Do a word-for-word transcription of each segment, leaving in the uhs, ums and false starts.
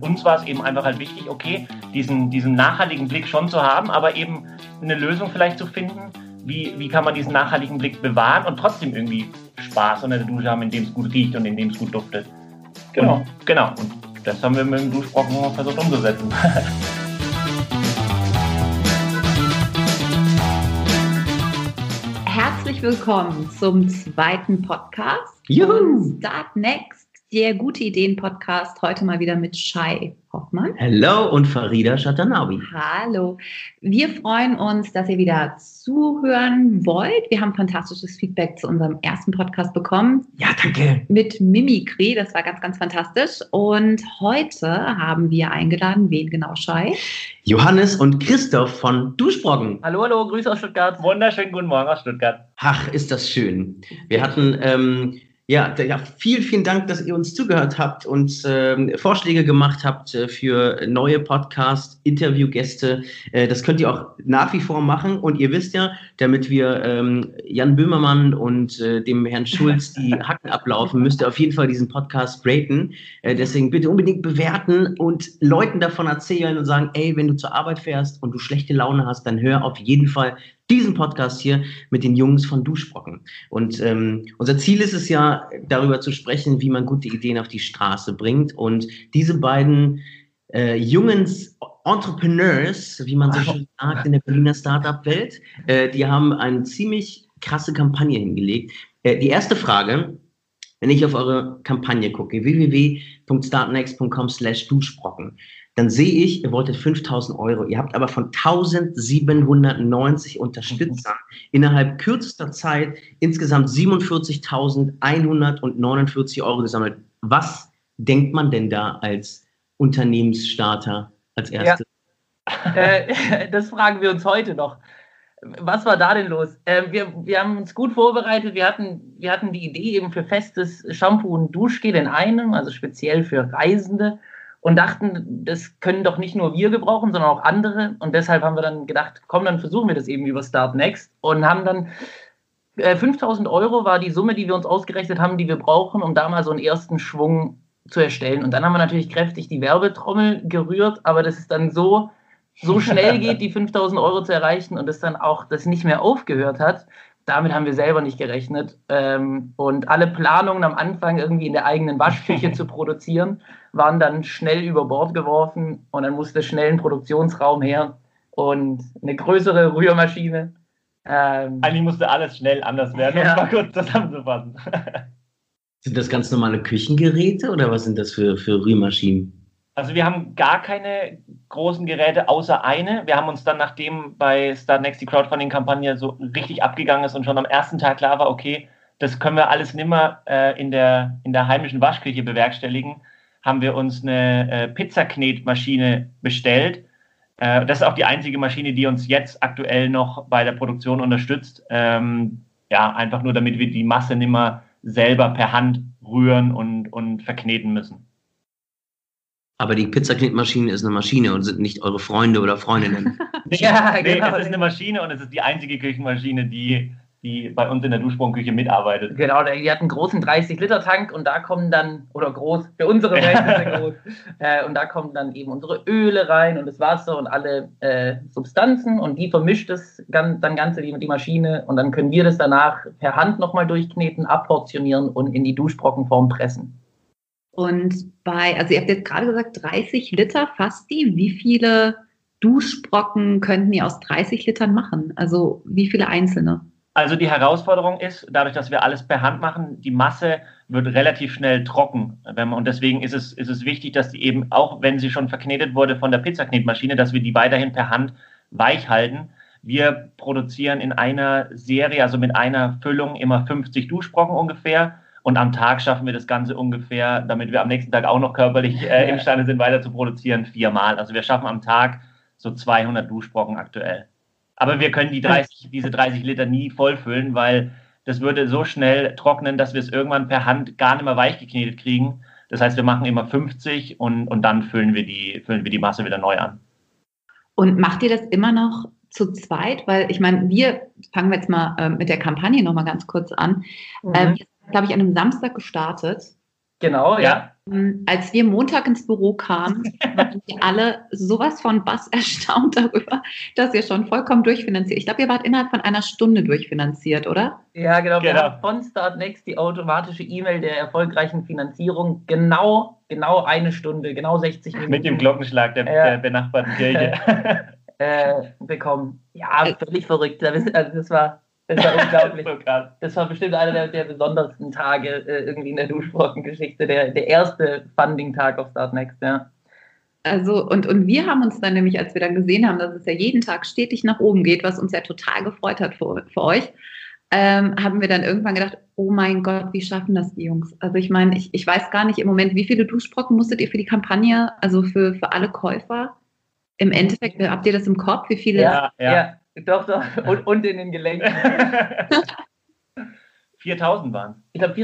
uns war es eben einfach halt wichtig, okay, diesen, diesen nachhaltigen Blick schon zu haben, aber eben eine Lösung vielleicht zu finden, wie, wie kann man diesen nachhaltigen Blick bewahren und trotzdem irgendwie Spaß unter der Dusche haben, in dem es gut riecht und in dem es gut duftet. Genau. Und, genau. Und das haben wir mit dem Duschbrocken versucht umzusetzen. Herzlich willkommen zum zweiten Podcast Juhu. von Start Next, der gute Ideen-Podcast, heute mal wieder mit Shai Hoffmann. Hello und Farida Shatanawi. Hallo. Wir freuen uns, dass ihr wieder zuhören wollt. Wir haben fantastisches Feedback zu unserem ersten Podcast bekommen. Ja, danke. Mit Mimikry, das war ganz, ganz fantastisch. Und heute haben wir eingeladen, wen genau, Shai? Johannes und Christoph von Duschbrocken. Hallo, hallo, Grüße aus Stuttgart. Wunderschönen guten Morgen aus Stuttgart. Ach, ist das schön. Wir hatten... Ähm, Ja, ja, vielen, vielen Dank, dass ihr uns zugehört habt und ähm, Vorschläge gemacht habt äh, für neue Podcast-Interviewgäste. Äh, das könnt ihr auch nach wie vor machen. Und ihr wisst ja, damit wir ähm, Jan Böhmermann und äh, dem Herrn Schulz die Hacken ablaufen, müsst ihr auf jeden Fall diesen Podcast raten. Äh, deswegen bitte unbedingt bewerten und Leuten davon erzählen und sagen, ey, wenn du zur Arbeit fährst und du schlechte Laune hast, dann hör auf jeden Fall diesen Podcast hier mit den Jungs von Duschbrocken. Und ähm, unser Ziel ist es ja, darüber zu sprechen, wie man gute Ideen auf die Straße bringt. Und diese beiden äh, jungen Entrepreneurs, wie man so schön sagt in der Berliner Startup-Welt, äh, die haben eine ziemlich krasse Kampagne hingelegt. Äh, die erste Frage, wenn ich auf eure Kampagne gucke, w w w punkt startnext punkt com slash duschbrocken, dann sehe ich, ihr wolltet fünftausend Euro. Ihr habt aber von eintausendsiebenhundertneunzig Unterstützern innerhalb kürzester Zeit insgesamt siebenundvierzigtausendeinhundertneunundvierzig Euro gesammelt. Was denkt man denn da als Unternehmensstarter als erstes? Ja. äh, das fragen wir uns heute noch. Was war da denn los? Äh, wir, wir haben uns gut vorbereitet. Wir hatten, wir hatten die Idee eben für festes Shampoo und Duschgel in einem, also speziell für Reisende. Und dachten, das können doch nicht nur wir gebrauchen, sondern auch andere. Und deshalb haben wir dann gedacht, komm, dann versuchen wir das eben über Start Next. Und haben dann äh, fünftausend Euro war die Summe, die wir uns ausgerechnet haben, die wir brauchen, um da mal so einen ersten Schwung zu erstellen. Und dann haben wir natürlich kräftig die Werbetrommel gerührt, aber dass es dann so, so schnell geht, die fünftausend Euro zu erreichen und es dann auch das nicht mehr aufgehört hat, damit haben wir selber nicht gerechnet. Ähm, und alle Planungen am Anfang irgendwie in der eigenen Waschküche zu produzieren, waren dann schnell über Bord geworfen und dann musste schnell ein Produktionsraum her und eine größere Rührmaschine. Ähm, Eigentlich musste alles schnell anders werden, ja. Um es mal kurz zusammenzufassen. Sind das ganz normale Küchengeräte oder was sind das für, für Rührmaschinen? Also wir haben gar keine großen Geräte, außer eine. Wir haben uns dann, nachdem bei Start Next die Crowdfunding-Kampagne so richtig abgegangen ist und schon am ersten Tag klar war, okay, das können wir alles nimmer äh, in der, in der heimischen Waschküche bewerkstelligen, haben wir uns eine äh, Pizzaknetmaschine bestellt. Äh, das ist auch die einzige Maschine, die uns jetzt aktuell noch bei der Produktion unterstützt. Ähm, ja, einfach nur, damit wir die Masse nimmer selber per Hand rühren und, und verkneten müssen. Aber die Pizzaknetmaschine ist eine Maschine und sind nicht eure Freunde oder Freundinnen. Ja, nee, genau. Es ist eine Maschine und es ist die einzige Küchenmaschine, die, die bei uns in der Duschbrocken-Küche mitarbeitet. Genau, die hat einen großen dreißig Liter Tank und da kommen dann, oder groß, für unsere Verhältnisse groß, äh, und da kommen dann eben unsere Öle rein und das Wasser und alle äh, Substanzen und die vermischt es dann, dann Ganze die, die Maschine und dann können wir das danach per Hand nochmal durchkneten, abportionieren und in die Duschbrockenform pressen. Und bei, also ihr habt jetzt gerade gesagt, dreißig Liter fast die. Wie viele Duschbrocken könnten ihr aus dreißig Litern machen? Also wie viele einzelne? Also die Herausforderung ist, dadurch, dass wir alles per Hand machen, die Masse wird relativ schnell trocken. Und deswegen ist es, ist es wichtig, dass die eben, auch wenn sie schon verknetet wurde von der Pizzaknetmaschine, dass wir die weiterhin per Hand weich halten. Wir produzieren in einer Serie, also mit einer Füllung, immer fünfzig Duschbrocken ungefähr. Und am Tag schaffen wir das Ganze ungefähr, damit wir am nächsten Tag auch noch körperlich äh, imstande sind, weiter zu produzieren, viermal. Also wir schaffen am Tag so zweihundert Duschbrocken aktuell. Aber wir können die dreißig, diese dreißig Liter nie vollfüllen, weil das würde so schnell trocknen, dass wir es irgendwann per Hand gar nicht mehr weich geknetet kriegen. Das heißt, wir machen immer fünfzig und, und dann füllen wir, die, füllen wir die Masse wieder neu an. Und macht ihr das immer noch zu zweit? Weil ich meine, wir fangen wir jetzt mal äh, mit der Kampagne nochmal ganz kurz an. Mhm. Ähm, glaube ich, an einem Samstag gestartet Genau, ja. Als wir Montag ins Büro kamen, waren wir alle sowas von bass erstaunt darüber, dass ihr schon vollkommen durchfinanziert. Ich glaube, ihr wart innerhalb von einer Stunde durchfinanziert, oder? Ja, genau. Wir Genau. haben von Startnext die automatische E-Mail der erfolgreichen Finanzierung genau, genau eine Stunde, genau sechzig Minuten. Mit dem Glockenschlag der, Ja. der benachbarten Kirche. äh, bekommen. Ja, völlig verrückt. Also das war, das war unglaublich. So krass. Das war bestimmt einer der, der besondersten Tage äh, irgendwie in der Duschbrocken-Geschichte. Der, der erste Funding-Tag auf Startnext, ja. Also, und, und wir haben uns dann nämlich, als wir dann gesehen haben, dass es ja jeden Tag stetig nach oben geht, was uns ja total gefreut hat für, für euch, ähm, haben wir dann irgendwann gedacht, oh mein Gott, wie schaffen das die Jungs? Also ich meine, ich, ich weiß gar nicht im Moment, wie viele Duschbrocken musstet ihr für die Kampagne, also für, für alle Käufer? Im Endeffekt, habt ihr das im Kopf, wie viele? Ja, ja. ja. Doch, doch. Und, und in den Gelenken. viertausend waren es. Ich glaube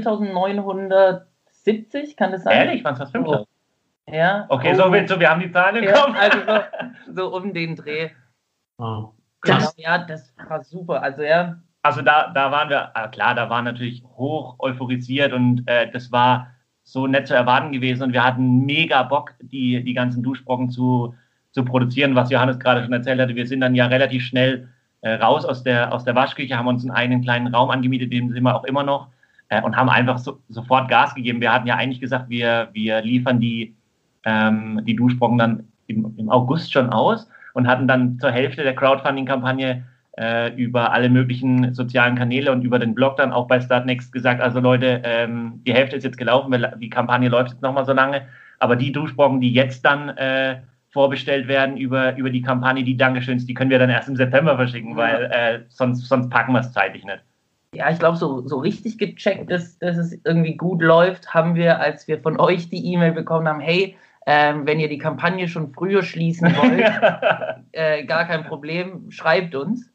viertausendneunhundertsiebzig, kann das sein? Ehrlich? Waren es fast fünftausend? Oh. Ja. Okay, oh. so, so, wir haben die Zahlen im ja, Kopf. Also so, so um den Dreh. Oh. Krass. Ja, das war super. Also ja. Also da, da waren wir, klar, da waren natürlich hoch euphorisiert und äh, das war so nett zu erwarten gewesen und wir hatten mega Bock, die, die ganzen Duschbrocken zu zu produzieren, was Johannes gerade schon erzählt hatte. Wir sind dann ja relativ schnell äh, raus aus der, aus der Waschküche, haben uns einen eigenen kleinen Raum angemietet, den sind wir auch immer noch, äh, und haben einfach so, sofort Gas gegeben. Wir hatten ja eigentlich gesagt, wir, wir liefern die, ähm, die Duschbrocken dann im, im August schon aus und hatten dann zur Hälfte der Crowdfunding-Kampagne äh, über alle möglichen sozialen Kanäle und über den Blog dann auch bei Startnext gesagt, also Leute, ähm, die Hälfte ist jetzt gelaufen, die Kampagne läuft jetzt nochmal so lange, aber die Duschbrocken, die jetzt dann äh, vorbestellt werden über, über die Kampagne, die Dankeschöns, die können wir dann erst im September verschicken, ja. weil äh, sonst, sonst packen wir es zeitlich nicht. Ja, ich glaube, so, so richtig gecheckt, dass, dass es irgendwie gut läuft, haben wir, als wir von euch die E-Mail bekommen haben, hey, ähm, wenn ihr die Kampagne schon früher schließen wollt, äh, gar kein Problem, schreibt uns.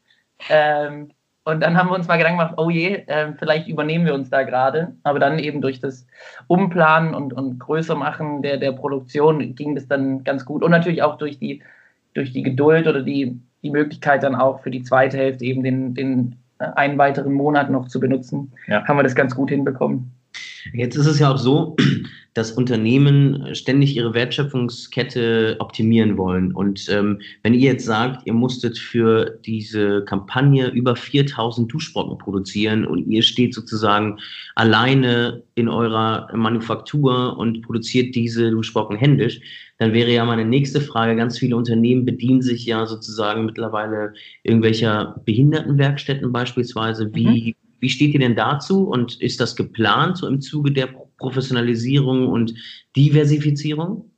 Ähm, Und dann haben wir uns mal Gedanken gemacht, oh je, äh, vielleicht übernehmen wir uns da gerade. Aber dann eben durch das Umplanen und, und Größermachen der, der Produktion ging das dann ganz gut. Und natürlich auch durch die, durch die Geduld oder die, die Möglichkeit dann auch für die zweite Hälfte eben den, den einen weiteren Monat noch zu benutzen, ja. haben wir das ganz gut hinbekommen. Jetzt ist es ja auch so, dass Unternehmen ständig ihre Wertschöpfungskette optimieren wollen. Und ähm, wenn ihr jetzt sagt, ihr musstet für diese Kampagne über viertausend Duschbrocken produzieren und ihr steht sozusagen alleine in eurer Manufaktur und produziert diese Duschbrocken händisch, dann wäre ja meine nächste Frage, ganz viele Unternehmen bedienen sich ja sozusagen mittlerweile irgendwelcher Behindertenwerkstätten beispielsweise. Wie, mhm. wie steht ihr denn dazu und ist das geplant so im Zuge der Professionalisierung und Diversifizierung?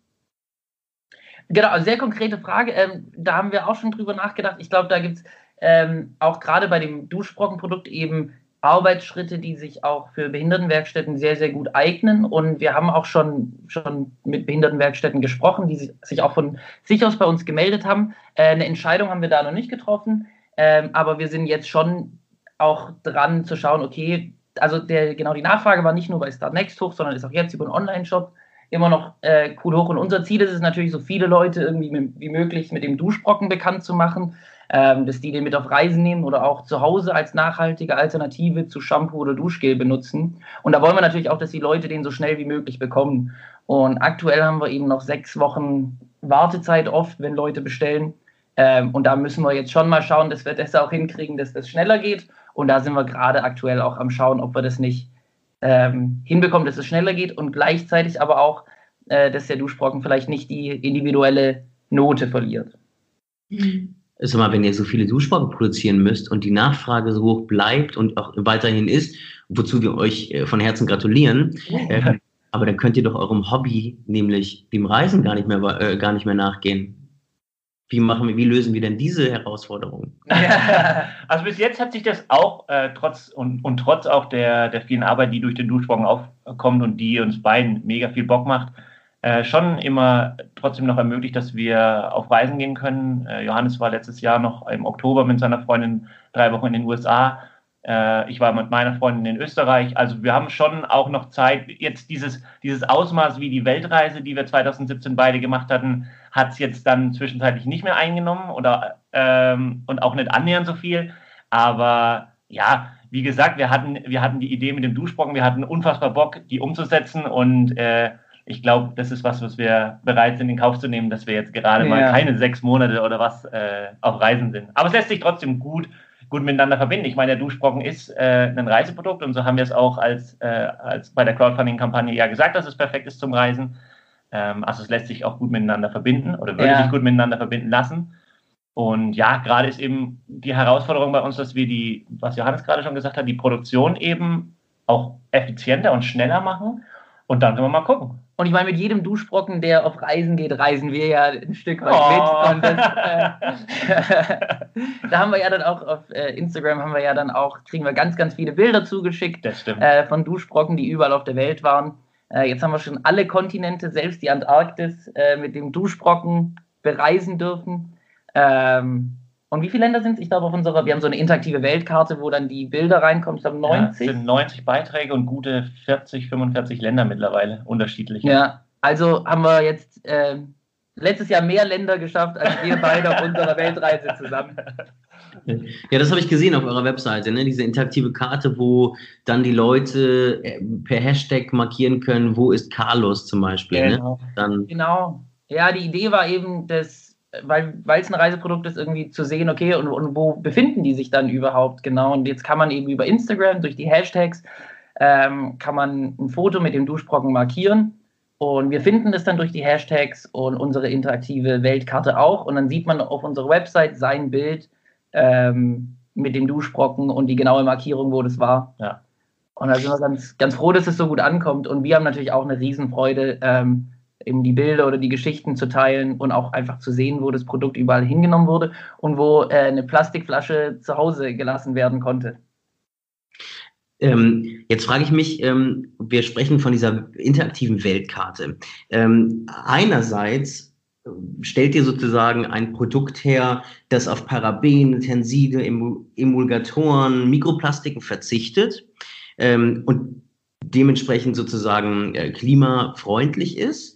Genau, also sehr konkrete Frage. Ähm, da haben wir auch schon drüber nachgedacht. Ich glaube, da gibt es ähm, auch gerade bei dem Duschbrockenprodukt eben Arbeitsschritte, die sich auch für Behindertenwerkstätten sehr, sehr gut eignen. Und wir haben auch schon, schon mit Behindertenwerkstätten gesprochen, die sich, sich auch von sich aus bei uns gemeldet haben. Äh, eine Entscheidung haben wir da noch nicht getroffen, ähm, aber wir sind jetzt schon auch dran zu schauen, okay, also der, genau die Nachfrage war nicht nur bei Startnext hoch, sondern ist auch jetzt über einen Online-Shop immer noch äh, cool hoch. Und unser Ziel ist es natürlich, so viele Leute irgendwie mit, wie möglich mit dem Duschbrocken bekannt zu machen, ähm, dass die den mit auf Reisen nehmen oder auch zu Hause als nachhaltige Alternative zu Shampoo oder Duschgel benutzen. Und da wollen wir natürlich auch, dass die Leute den so schnell wie möglich bekommen. Und aktuell haben wir eben noch sechs Wochen Wartezeit oft, wenn Leute bestellen. Ähm, und da müssen wir jetzt schon mal schauen, dass wir das auch hinkriegen, dass das schneller geht. Und da sind wir gerade aktuell auch am Schauen, ob wir das nicht ähm, hinbekommen, dass es schneller geht und gleichzeitig aber auch, äh, dass der Duschbrocken vielleicht nicht die individuelle Note verliert. Sag mal, wenn ihr so viele Duschbrocken produzieren müsst und die Nachfrage so hoch bleibt und auch weiterhin ist, wozu wir euch äh, von Herzen gratulieren, äh, aber dann könnt ihr doch eurem Hobby, nämlich dem Reisen, gar nicht mehr, äh, gar nicht mehr nachgehen. Wie machen wir, wie lösen wir denn diese Herausforderung? Ja. Also bis jetzt hat sich das auch äh, trotz und, und trotz auch der, der vielen Arbeit, die durch den Duschbrocken aufkommt und die uns beiden mega viel Bock macht, äh, schon immer trotzdem noch ermöglicht, dass wir auf Reisen gehen können. Äh, Johannes war letztes Jahr noch im Oktober mit seiner Freundin drei Wochen in den U S A. Äh, ich war mit meiner Freundin in Österreich. Also wir haben schon auch noch Zeit. Jetzt dieses, dieses Ausmaß wie die Weltreise, die wir zwanzig siebzehn beide gemacht hatten, hat es jetzt dann zwischenzeitlich nicht mehr eingenommen oder ähm, und auch nicht annähernd so viel. Aber ja, wie gesagt, wir hatten, wir hatten die Idee mit dem Duschbrocken, wir hatten unfassbar Bock, die umzusetzen und äh, ich glaube, das ist was, was wir bereit sind in Kauf zu nehmen, dass wir jetzt gerade ja. mal keine sechs Monate oder was äh, auf Reisen sind. Aber es lässt sich trotzdem gut, gut miteinander verbinden. Ich meine, der Duschbrocken ist äh, ein Reiseprodukt und so haben wir es auch als, äh, als bei der Crowdfunding-Kampagne ja gesagt, dass es perfekt ist zum Reisen. Ähm, also es lässt sich auch gut miteinander verbinden oder würde ja. sich gut miteinander verbinden lassen. Und ja, gerade ist eben die Herausforderung bei uns, dass wir die, was Johannes gerade schon gesagt hat, die Produktion eben auch effizienter und schneller machen. Und dann können wir mal gucken. Und ich meine, mit jedem Duschbrocken, der auf Reisen geht, reisen wir ja ein Stück weit oh. mit. Und das, äh, da haben wir ja dann auch auf äh, Instagram haben wir ja dann auch, kriegen wir ganz, ganz viele Bilder zugeschickt äh, von Duschbrocken, die überall auf der Welt waren. Äh, jetzt haben wir schon alle Kontinente, selbst die Antarktis, äh, mit dem Duschbrocken bereisen dürfen. Ähm, und wie viele Länder sind es? Ich glaube, auf unserer, wir haben so eine interaktive Weltkarte, wo dann die Bilder reinkommen. Ich glaube, neunzig. Ja, es sind neunzig Beiträge und gute vierzig, fünfundvierzig Länder mittlerweile, unterschiedliche. Ja, also haben wir jetzt äh, letztes Jahr mehr Länder geschafft, als wir beide auf unserer Weltreise zusammen. Ja, das habe ich gesehen auf eurer Webseite, ne? Diese interaktive Karte, wo dann die Leute per Hashtag markieren können, wo ist Carlos zum Beispiel. Genau. Ne? Dann genau. Ja, die Idee war eben, dass weil weil es ein Reiseprodukt ist, irgendwie zu sehen, okay, und, und wo befinden die sich dann überhaupt genau. Und jetzt kann man eben über Instagram, durch die Hashtags, ähm, kann man ein Foto mit dem Duschbrocken markieren und wir finden das dann durch die Hashtags und unsere interaktive Weltkarte auch und dann sieht man auf unserer Website sein Bild ähm, mit dem Duschbrocken und die genaue Markierung, wo das war. Ja. Und da sind wir ganz, ganz froh, dass es so gut ankommt und wir haben natürlich auch eine Riesenfreude, ähm, eben die Bilder oder die Geschichten zu teilen und auch einfach zu sehen, wo das Produkt überall hingenommen wurde und wo äh, eine Plastikflasche zu Hause gelassen werden konnte. Ähm, jetzt frage ich mich, ähm, wir sprechen von dieser interaktiven Weltkarte. Ähm, einerseits stellt ihr sozusagen ein Produkt her, das auf Paraben, Tenside, Emulgatoren, Mikroplastiken verzichtet ähm, und dementsprechend sozusagen äh, klimafreundlich ist.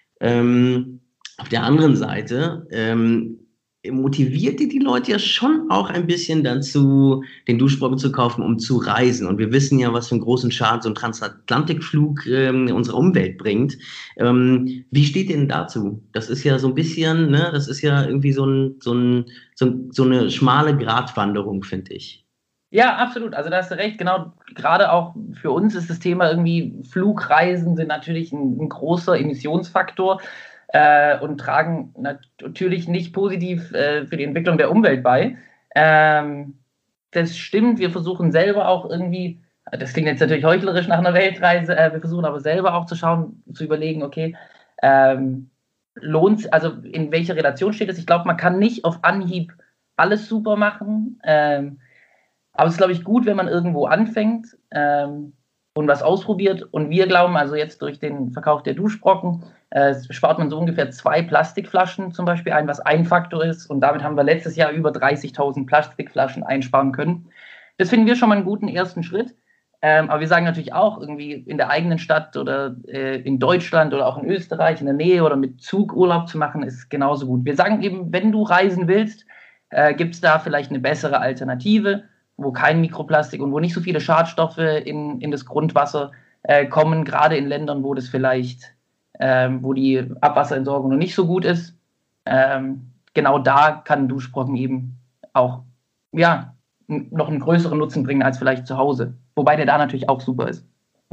Ähm, auf der anderen Seite ähm, motiviert ihr die Leute ja schon auch ein bisschen dazu, den Duschbrocken zu kaufen, um zu reisen. Und wir wissen ja, was für einen großen Schaden so ein Transatlantikflug ähm, unserer Umwelt bringt. Ähm, wie steht ihr denn dazu? Das ist ja so ein bisschen, ne, das ist ja irgendwie so, ein, so, ein, so, ein, so eine schmale Gratwanderung, finde ich. Ja, absolut. Also da hast du recht. Genau, gerade auch für uns ist das Thema irgendwie, Flugreisen sind natürlich ein, ein großer Emissionsfaktor äh, und tragen natürlich nicht positiv äh, für die Entwicklung der Umwelt bei. Ähm, das stimmt. Wir versuchen selber auch irgendwie, das klingt jetzt natürlich heuchlerisch nach einer Weltreise, äh, wir versuchen aber selber auch zu schauen, zu überlegen, okay, ähm, lohnt, also in welcher Relation steht es? Ich glaube, man kann nicht auf Anhieb alles super machen. Ähm, Aber es ist, glaube ich, gut, wenn man irgendwo anfängt ähm, und was ausprobiert. Und wir glauben, also jetzt durch den Verkauf der Duschbrocken, äh, spart man so ungefähr zwei Plastikflaschen zum Beispiel ein, was ein Faktor ist. Und damit haben wir letztes Jahr über dreißigtausend Plastikflaschen einsparen können. Das finden wir schon mal einen guten ersten Schritt. Ähm, aber wir sagen natürlich auch, irgendwie in der eigenen Stadt oder äh, in Deutschland oder auch in Österreich in der Nähe oder mit Zug Urlaub zu machen, ist genauso gut. Wir sagen eben, wenn du reisen willst, äh, gibt es da vielleicht eine bessere Alternative, wo kein Mikroplastik und wo nicht so viele Schadstoffe in, in das Grundwasser äh, kommen, gerade in Ländern, wo das vielleicht, ähm, wo die Abwasserentsorgung noch nicht so gut ist. Ähm, genau da kann ein Duschbrocken eben auch, ja, n- noch einen größeren Nutzen bringen als vielleicht zu Hause. Wobei der da natürlich auch super ist.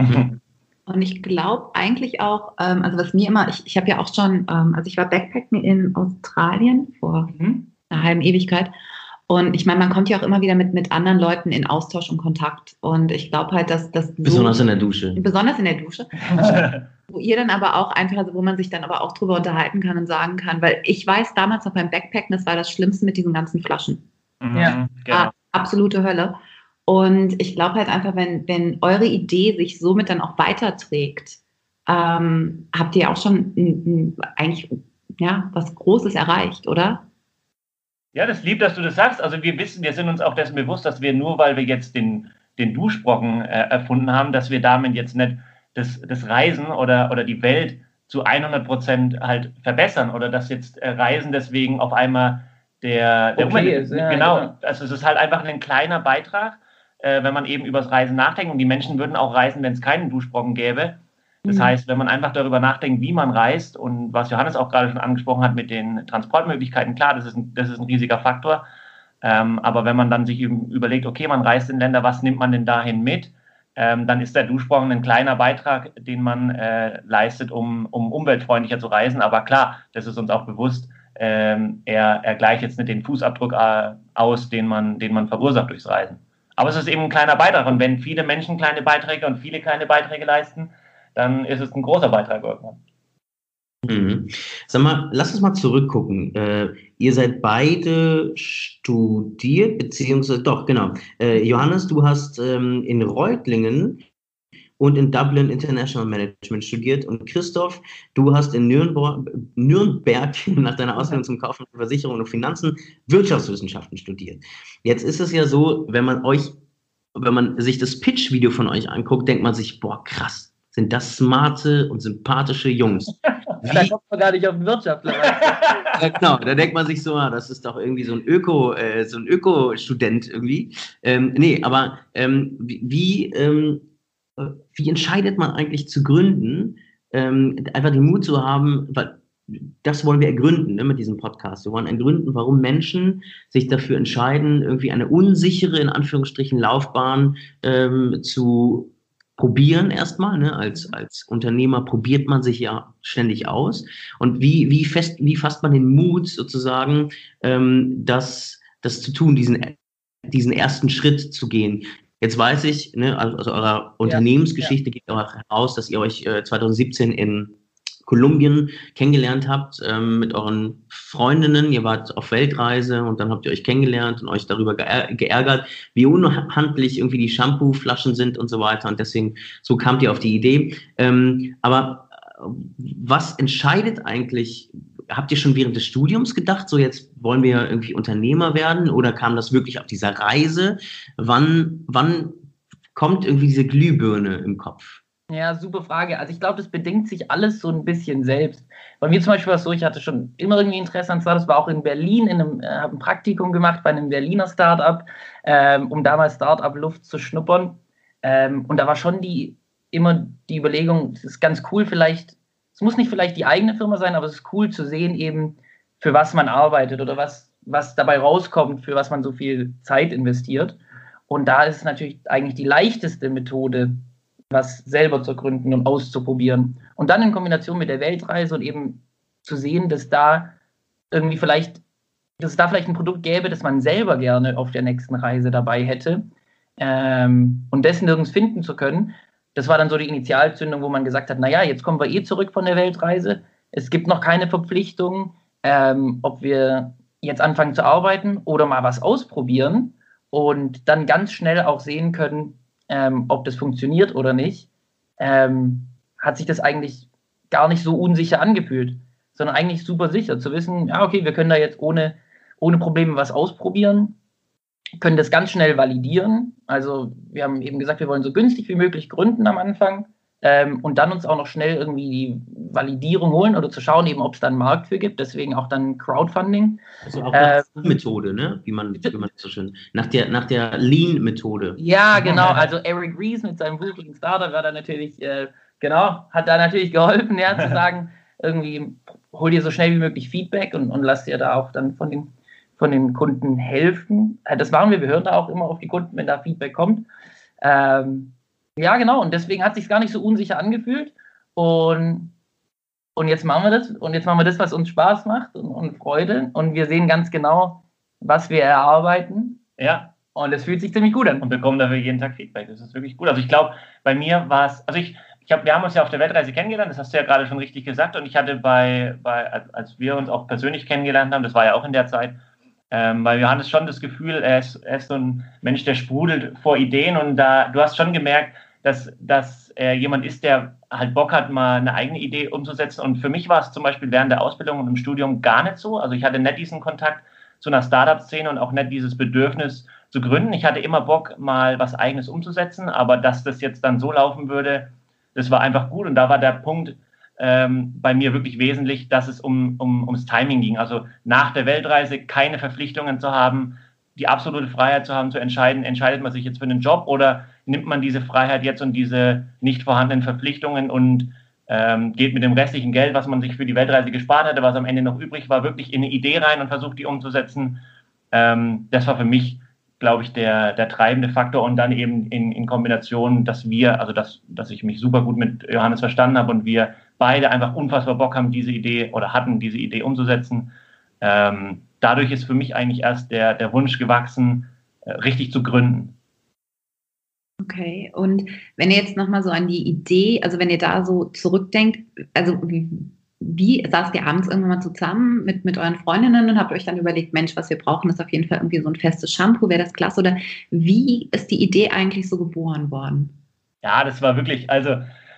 Und ich glaube eigentlich auch, ähm, also was mir immer, ich, ich habe ja auch schon, ähm, also ich war Backpacken in Australien vor mhm. einer halben Ewigkeit. Und ich meine, man kommt ja auch immer wieder mit, mit anderen Leuten in Austausch und Kontakt. Und ich glaube halt, dass das. Besonders so, in der Dusche. Besonders in der Dusche. Wo ihr dann aber auch einfach, also wo man sich dann aber auch drüber unterhalten kann und sagen kann, weil ich weiß damals noch beim Backpacken, das war das Schlimmste mit diesen ganzen Flaschen. Mhm, ja, genau. Ah, absolute Hölle. Und ich glaube halt einfach, wenn, wenn eure Idee sich somit dann auch weiterträgt, ähm, habt ihr auch schon m, m, eigentlich ja, was Großes erreicht, oder? Ja, das ist lieb, dass du das sagst. Also wir wissen, wir sind uns auch dessen bewusst, dass wir nur, weil wir jetzt den, den Duschbrocken äh, erfunden haben, dass wir damit jetzt nicht das, das Reisen oder, oder die Welt zu hundert Prozent halt verbessern oder dass jetzt äh, Reisen deswegen auf einmal der, der okay ist. Ja, genau, genau. Also es ist halt einfach ein kleiner Beitrag, äh, wenn man eben übers Reisen nachdenkt. Und die Menschen würden auch reisen, wenn es keinen Duschbrocken gäbe. Das mhm. heißt, wenn man einfach darüber nachdenkt, wie man reist und was Johannes auch gerade schon angesprochen hat mit den Transportmöglichkeiten, klar, das ist ein, das ist ein riesiger Faktor. Ähm, aber wenn man dann sich überlegt, okay, man reist in Länder, was nimmt man denn dahin mit? Ähm, dann ist der Duschbrocken ein kleiner Beitrag, den man äh, leistet, um, um umweltfreundlicher zu reisen. Aber klar, das ist uns auch bewusst, ähm, er, er gleicht jetzt nicht den Fußabdruck äh, aus, den man, den man verursacht durchs Reisen. Aber es ist eben ein kleiner Beitrag. Und wenn viele Menschen kleine Beiträge und viele kleine Beiträge leisten, dann ist es ein großer Beitrag irgendwann. Mhm. Sag mal, lass uns mal zurückgucken. Äh, ihr seid beide studiert, beziehungsweise, doch, genau. Äh, Johannes, du hast ähm, in Reutlingen und in Dublin International Management studiert und Christoph, du hast in Nürnberg, Nürnberg nach deiner Ausbildung zum Kaufmann für Versicherung und Finanzen Wirtschaftswissenschaften studiert. Jetzt ist es ja so, wenn man euch, wenn man sich das Pitch-Video von euch anguckt, denkt man sich, boah, krass, sind das smarte und sympathische Jungs. Wie? Da kommt man gar nicht auf den Wirtschaftler. Ja, genau, da denkt man sich so, ah, das ist doch irgendwie so ein Öko, äh, so ein Öko-Student irgendwie. Ähm, nee, aber ähm, wie, ähm, wie entscheidet man eigentlich zu gründen? Ähm, einfach den Mut zu haben, weil das wollen wir ergründen, ne, mit diesem Podcast. Wir wollen ergründen, warum Menschen sich dafür entscheiden, irgendwie eine unsichere, in Anführungsstrichen, Laufbahn ähm, zu probieren erstmal, ne? Als, als Unternehmer probiert man sich ja ständig aus. Und wie, wie fest, wie fasst man den Mut sozusagen, ähm, das, das zu tun, diesen, diesen ersten Schritt zu gehen? Jetzt weiß ich, ne, aus eurer Unternehmensgeschichte ja, ja. geht auch heraus, dass ihr euch äh, zwanzig siebzehn in Kolumbien kennengelernt habt, ähm, mit euren Freundinnen. Ihr wart auf Weltreise und dann habt ihr euch kennengelernt und euch darüber geär- geärgert, wie unhandlich irgendwie die Shampooflaschen sind und so weiter. Und deswegen, so kamt ihr auf die Idee. Ähm, aber was entscheidet eigentlich, habt ihr schon während des Studiums gedacht, so jetzt wollen wir irgendwie Unternehmer werden, oder kam das wirklich auf dieser Reise? Wann, wann kommt irgendwie diese Glühbirne im Kopf? Ja, super Frage. Also ich glaube, das bedingt sich alles so ein bisschen selbst. Bei mir zum Beispiel war es so, ich hatte schon immer irgendwie Interesse an Startups, war auch in Berlin, in einem, äh, habe ein Praktikum gemacht bei einem Berliner Startup, ähm, um damals Startup-Luft zu schnuppern. Ähm, und da war schon die immer die Überlegung, es ist ganz cool vielleicht, es muss nicht vielleicht die eigene Firma sein, aber es ist cool zu sehen eben, für was man arbeitet oder was, was dabei rauskommt, für was man so viel Zeit investiert. Und da ist es natürlich eigentlich die leichteste Methode, was selber zu gründen und auszuprobieren. Und dann in Kombination mit der Weltreise und eben zu sehen, dass da irgendwie vielleicht, dass es da vielleicht ein Produkt gäbe, das man selber gerne auf der nächsten Reise dabei hätte, ähm, und das nirgends finden zu können. Das war dann so die Initialzündung, wo man gesagt hat, naja, jetzt kommen wir eh zurück von der Weltreise. Es gibt noch keine Verpflichtung, ähm, ob wir jetzt anfangen zu arbeiten oder mal was ausprobieren und dann ganz schnell auch sehen können, Ähm, ob das funktioniert oder nicht, ähm, hat sich das eigentlich gar nicht so unsicher angefühlt, sondern eigentlich super sicher zu wissen, ja okay, wir können da jetzt ohne, ohne Probleme was ausprobieren, können das ganz schnell validieren. Also wir haben eben gesagt, wir wollen so günstig wie möglich gründen am Anfang ähm, und dann uns auch noch schnell irgendwie die Validierung holen oder zu schauen, eben ob es da einen Markt für gibt, deswegen auch dann Crowdfunding. Also auch nach ähm, Methode, ne? Wie man, wie man so schön, nach der, nach der Lean-Methode. Ja, genau, also Eric Ries mit seinem Buch Lean Startup war da natürlich, äh, genau, hat da natürlich geholfen, ja, zu sagen, irgendwie hol dir so schnell wie möglich Feedback und, und lass dir da auch dann von den, von den Kunden helfen. Das machen wir, wir hören da auch immer auf die Kunden, wenn da Feedback kommt. Ähm, ja, genau, und deswegen hat es sich gar nicht so unsicher angefühlt und Und jetzt machen wir das, und jetzt machen wir das, was uns Spaß macht und, und Freude. Und wir sehen ganz genau, was wir erarbeiten. Ja. Und es fühlt sich ziemlich gut an. Und bekommen dafür jeden Tag Feedback. Das ist wirklich gut. Also ich glaube, bei mir war es, also ich, ich hab, wir haben uns ja auf der Weltreise kennengelernt, das hast du ja gerade schon richtig gesagt. Und ich hatte bei, bei als wir uns auch persönlich kennengelernt haben, das war ja auch in der Zeit, ähm, bei Johannes schon das Gefühl, er ist, er ist so ein Mensch, der sprudelt vor Ideen. Und da, du hast schon gemerkt, dass, dass er jemand ist, der halt Bock hat, mal eine eigene Idee umzusetzen. Und für mich war es zum Beispiel während der Ausbildung und im Studium gar nicht so. Also ich hatte nicht diesen Kontakt zu einer Startup-Szene und auch nicht dieses Bedürfnis zu gründen. Ich hatte immer Bock, mal was Eigenes umzusetzen, aber dass das jetzt dann so laufen würde, das war einfach gut. Und da war der Punkt ähm, bei mir wirklich wesentlich, dass es um, um, ums Timing ging. Also nach der Weltreise keine Verpflichtungen zu haben, die absolute Freiheit zu haben, zu entscheiden, entscheidet man sich jetzt für einen Job oder nimmt man diese Freiheit jetzt und diese nicht vorhandenen Verpflichtungen und ähm, geht mit dem restlichen Geld, was man sich für die Weltreise gespart hatte, was am Ende noch übrig war, wirklich in eine Idee rein und versucht, die umzusetzen. Ähm, das war für mich, glaube ich, der, der treibende Faktor und dann eben in, in Kombination, dass wir, also dass, dass ich mich super gut mit Johannes verstanden habe und wir beide einfach unfassbar Bock haben, diese Idee oder hatten, diese Idee umzusetzen. Ähm, dadurch ist für mich eigentlich erst der, der Wunsch gewachsen, äh, richtig zu gründen. Okay, und wenn ihr jetzt nochmal so an die Idee, also wenn ihr da so zurückdenkt, also wie, wie saßt ihr abends irgendwann mal zusammen mit, mit euren Freundinnen und habt euch dann überlegt, Mensch, was wir brauchen, ist auf jeden Fall irgendwie so ein festes Shampoo, wäre das klasse? Oder wie ist die Idee eigentlich so geboren worden? Ja, das war wirklich, also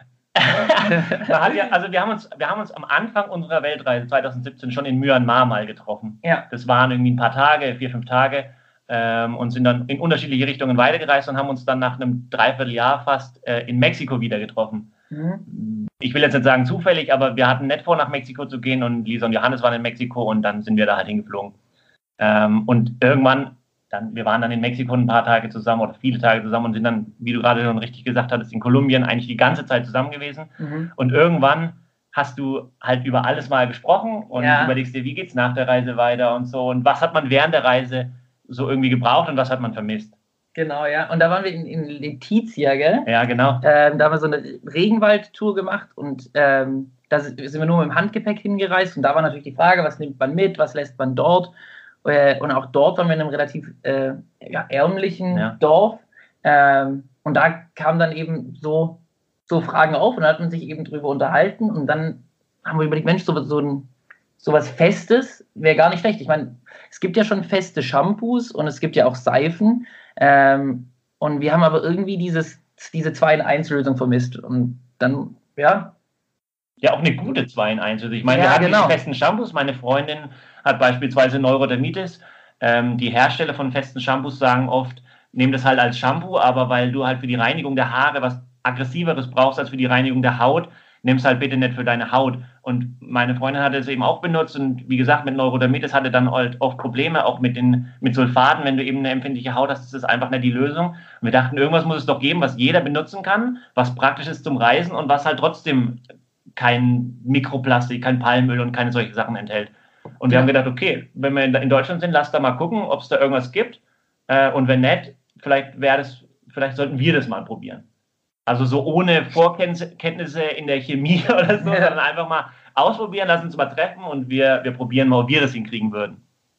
ja, also wir haben uns, wir haben uns am Anfang unserer Weltreise zwanzig siebzehn schon in Myanmar mal getroffen. Ja. Das waren irgendwie ein paar Tage, vier, fünf Tage ähm, und sind dann in unterschiedliche Richtungen weitergereist und haben uns dann nach einem Dreivierteljahr fast äh, in Mexiko wieder getroffen. Mhm. Ich will jetzt nicht sagen zufällig, aber wir hatten nicht vor, nach Mexiko zu gehen und Lisa und Johannes waren in Mexiko und dann sind wir da halt hingeflogen. Ähm, und irgendwann Dann, wir waren dann in Mexiko ein paar Tage zusammen oder viele Tage zusammen und sind dann, wie du gerade schon richtig gesagt hattest, in Kolumbien eigentlich die ganze Zeit zusammen gewesen. Mhm. Und irgendwann hast du halt über alles mal gesprochen und ja. überlegst dir, wie geht's nach der Reise weiter und so und was hat man während der Reise so irgendwie gebraucht und was hat man vermisst. Genau, ja. Und da waren wir in, in Letizia, gell? Ja, genau. Ähm, da haben wir so eine Regenwaldtour gemacht und ähm, da sind wir nur mit dem Handgepäck hingereist und da war natürlich die Frage, was nimmt man mit, was lässt man dort? Und auch dort waren wir in einem relativ äh, ja, ärmlichen ja. Dorf. Ähm, und da kamen dann eben so, so Fragen auf und da hat man sich eben drüber unterhalten. Und dann haben wir überlegt, Mensch, so, so, ein, so was Festes wäre gar nicht schlecht. Ich meine, es gibt ja schon feste Shampoos und es gibt ja auch Seifen. Ähm, und wir haben aber irgendwie dieses, diese zwei in eins Lösung vermisst. Und dann, ja. Ja, auch eine gute zwei in eins. Also ich meine, ja, wir hatten genau. diese festen Shampoos. Meine Freundin hat beispielsweise Neurodermitis. Ähm, die Hersteller von festen Shampoos sagen oft, nehm das halt als Shampoo, aber weil du halt für die Reinigung der Haare was Aggressiveres brauchst als für die Reinigung der Haut, nimm es halt bitte nicht für deine Haut. Und meine Freundin hatte es eben auch benutzt und wie gesagt, mit Neurodermitis hatte dann halt oft Probleme, auch mit den mit Sulfaten, wenn du eben eine empfindliche Haut hast, ist das einfach nicht die Lösung. Und wir dachten, irgendwas muss es doch geben, was jeder benutzen kann, was praktisch ist zum Reisen und was halt trotzdem kein Mikroplastik, kein Palmöl und keine solche Sachen enthält. Und wir ja. haben gedacht, okay, wenn wir in Deutschland sind, lass da mal gucken, ob es da irgendwas gibt. Äh, und wenn nicht, vielleicht wäre das, vielleicht sollten wir das mal probieren. Also so ohne Vorkenntnisse in der Chemie oder so, ja. sondern einfach mal ausprobieren, lass uns mal treffen und wir, wir probieren mal, ob wir das hinkriegen würden.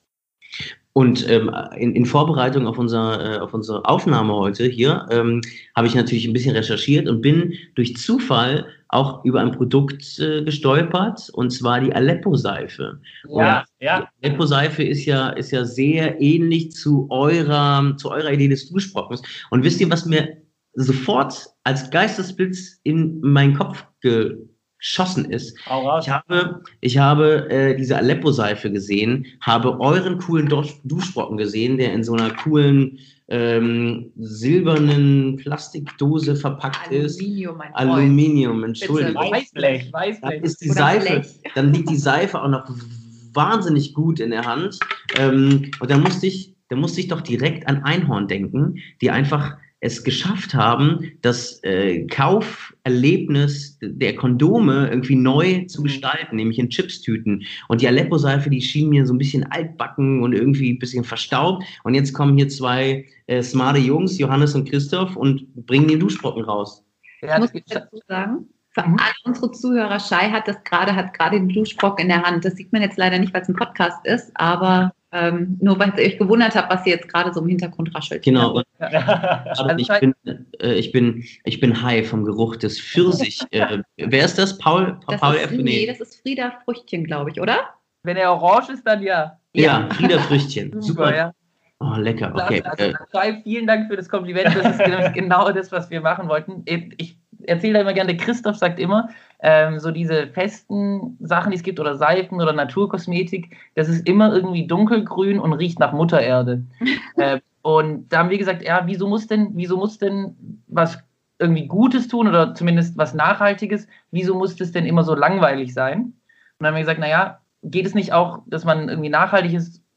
Und ähm, in, in Vorbereitung auf, unser, äh, auf unsere Aufnahme heute hier ähm, habe ich natürlich ein bisschen recherchiert und bin durch Zufall auch über ein Produkt äh, gestolpert, und zwar die Aleppo-Seife. Ja, ja. Die Aleppo-Seife ist ja, ist ja sehr ähnlich zu eurer, zu eurer Idee des Duschbrockens. Und wisst ihr, was mir sofort als Geistesblitz in meinen Kopf geschossen ist? Ich habe, ich habe äh, diese Aleppo-Seife gesehen, habe euren coolen Duschbrocken gesehen, der in so einer coolen ähm, silbernen Plastikdose verpackt Aluminium, ist. Aluminium, Entschuldigung. Weißblech, Weißblech. Dann ist die Seife, dann liegt die Seife auch noch wahnsinnig gut in der Hand. Ähm, und dann musste ich, dann musste ich doch direkt an Einhorn denken, die einfach es geschafft haben, das äh, Kauferlebnis der Kondome irgendwie neu zu gestalten, nämlich in Chipstüten. Und die Aleppo-Seife, die schien mir so ein bisschen altbacken und irgendwie ein bisschen verstaubt. Und jetzt kommen hier zwei äh, smarte Jungs, Johannes und Christoph, und bringen den Duschbrocken raus. Ja, muss ich dazu sagen, für mhm. alle unsere Zuhörer, Shai hat das gerade, hat gerade den Duschbrock in der Hand. Das sieht man jetzt leider nicht, weil es ein Podcast ist, aber Ähm, nur weil ihr euch gewundert habt, was ihr jetzt gerade so im Hintergrund raschelt. Genau. Ja. Also ich, bin, äh, ich, bin, ich bin high vom Geruch des Pfirsich. äh, wer ist das? Paul? Das Paul ist, nee, das ist Frieda Früchtchen, glaube ich, oder? Wenn er orange ist, dann ja. Ja, Frieda Früchtchen. Super, Super. Ja. Oh, lecker. Okay. Also, also, vielen Dank für das Kompliment. Das ist nämlich genau das, was wir machen wollten. Ich erzähle da immer gerne, der Christoph sagt immer, ähm, so diese festen Sachen, die es gibt, oder Seifen oder Naturkosmetik, das ist immer irgendwie dunkelgrün und riecht nach Muttererde. äh, und da haben wir gesagt, ja, wieso muss denn, wieso muss denn was irgendwie Gutes tun oder zumindest was Nachhaltiges, wieso muss das denn immer so langweilig sein? Und dann haben wir gesagt, naja, geht es nicht auch, dass man irgendwie nachhaltig ist,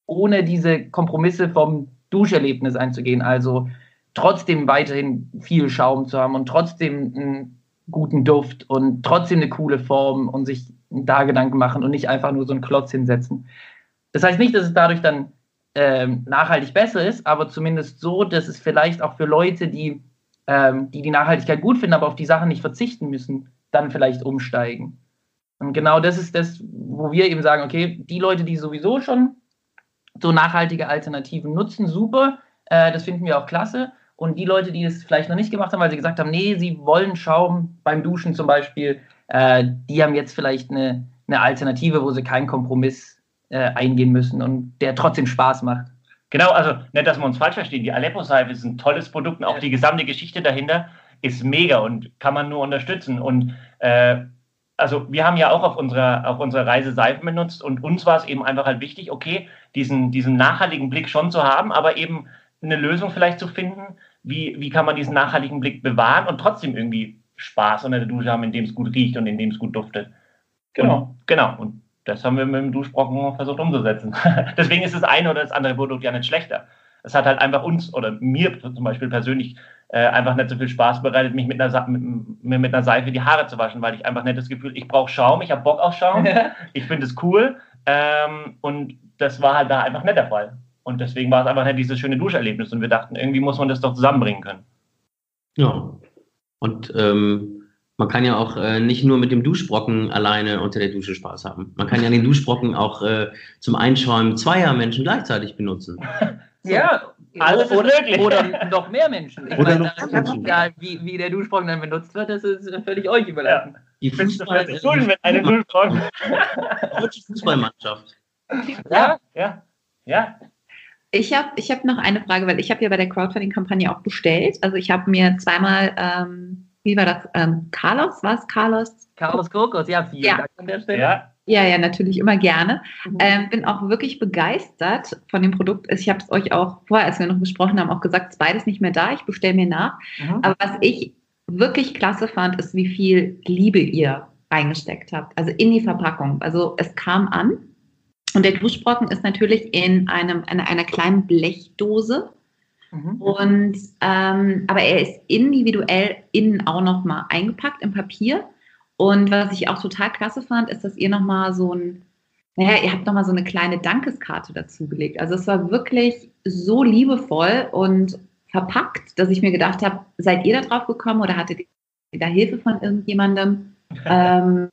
ohne diese Kompromisse vom Duscherlebnis einzugehen. Also trotzdem weiterhin viel Schaum zu haben und trotzdem einen guten Duft und trotzdem eine coole Form und sich da Gedanken machen und nicht einfach nur so einen Klotz hinsetzen. Das heißt nicht, dass es dadurch dann ähm, nachhaltig besser ist, aber zumindest so, dass es vielleicht auch für Leute, die, ähm, die die Nachhaltigkeit gut finden, aber auf die Sachen nicht verzichten müssen, dann vielleicht umsteigen. Und genau das ist das, wo wir eben sagen, okay, die Leute, die sowieso schon so nachhaltige Alternativen nutzen, super, äh, das finden wir auch klasse. Und die Leute, die es vielleicht noch nicht gemacht haben, weil sie gesagt haben, nee, sie wollen Schaum beim Duschen zum Beispiel, äh, die haben jetzt vielleicht eine, eine Alternative, wo sie keinen Kompromiss äh, eingehen müssen und der trotzdem Spaß macht. Genau, also nicht, dass wir uns falsch verstehen, die Aleppo-Seife ist ein tolles Produkt und auch die gesamte Geschichte dahinter ist mega und kann man nur unterstützen. Und äh, also wir haben ja auch auf unserer, auf unserer Reise Seifen benutzt und uns war es eben einfach halt wichtig, okay, diesen, diesen nachhaltigen Blick schon zu haben, aber eben eine Lösung vielleicht zu finden, wie, wie kann man diesen nachhaltigen Blick bewahren und trotzdem irgendwie Spaß unter der Dusche haben, in dem es gut riecht und in dem es gut duftet. Genau. Und, genau, und das haben wir mit dem Duschbrocken versucht umzusetzen. Deswegen ist das eine oder das andere Produkt ja nicht schlechter. Es hat halt einfach uns oder mir zum Beispiel persönlich äh, einfach nicht so viel Spaß bereitet, mich mit einer, Sa- mit, mit einer Seife die Haare zu waschen, weil ich einfach nicht das Gefühl, ich brauche Schaum, ich habe Bock auf Schaum, ich finde es cool ähm, und das war halt da einfach nicht der Fall. Und deswegen war es einfach nicht dieses schöne Duscherlebnis und wir dachten, irgendwie muss man das doch zusammenbringen können. Ja, und ähm, man kann ja auch äh, nicht nur mit dem Duschbrocken alleine unter der Dusche Spaß haben. Man kann ja den Duschbrocken auch äh, zum Einschäumen zweier Menschen gleichzeitig benutzen. So. Ja, alles ist oder, möglich. Oder noch mehr Menschen. Ich Oder meine, noch mehr Menschen. Ja, wie, wie der Duschbrocken dann benutzt wird, das ist völlig euch überlassen. Ja. Die Findest du Fußball, vielleicht schön mit einem Duschbrocken? deutsche Fußballmannschaft. Ja, ja, ja. Ich habe ich hab noch eine Frage, weil ich habe ja bei der Crowdfunding-Kampagne auch bestellt. Also ich habe mir zweimal, ähm, wie war das, ähm, Carlos, war es Carlos? Carlos Kokos, ja, vielen Ja. Dank an der Stelle. Ja, Ja, ja, natürlich immer gerne. Mhm. Ähm, bin auch wirklich begeistert von dem Produkt. Ich habe es euch auch vorher, als wir noch gesprochen haben, auch gesagt, es ist beides nicht mehr da. Ich bestelle mir nach. Mhm. Aber was ich wirklich klasse fand, ist, wie viel Liebe ihr reingesteckt habt. Also in die Verpackung. Also es kam an und der Duschbrocken ist natürlich in einem, in einer kleinen Blechdose. Mhm. Und ähm, aber er ist individuell innen auch nochmal eingepackt im Papier. Und was ich auch total klasse fand, ist, dass ihr nochmal so ein, naja, ihr habt nochmal so eine kleine Dankeskarte dazugelegt. Also es war wirklich so liebevoll und verpackt, dass ich mir gedacht habe, seid ihr da drauf gekommen oder hattet ihr da Hilfe von irgendjemandem? ähm,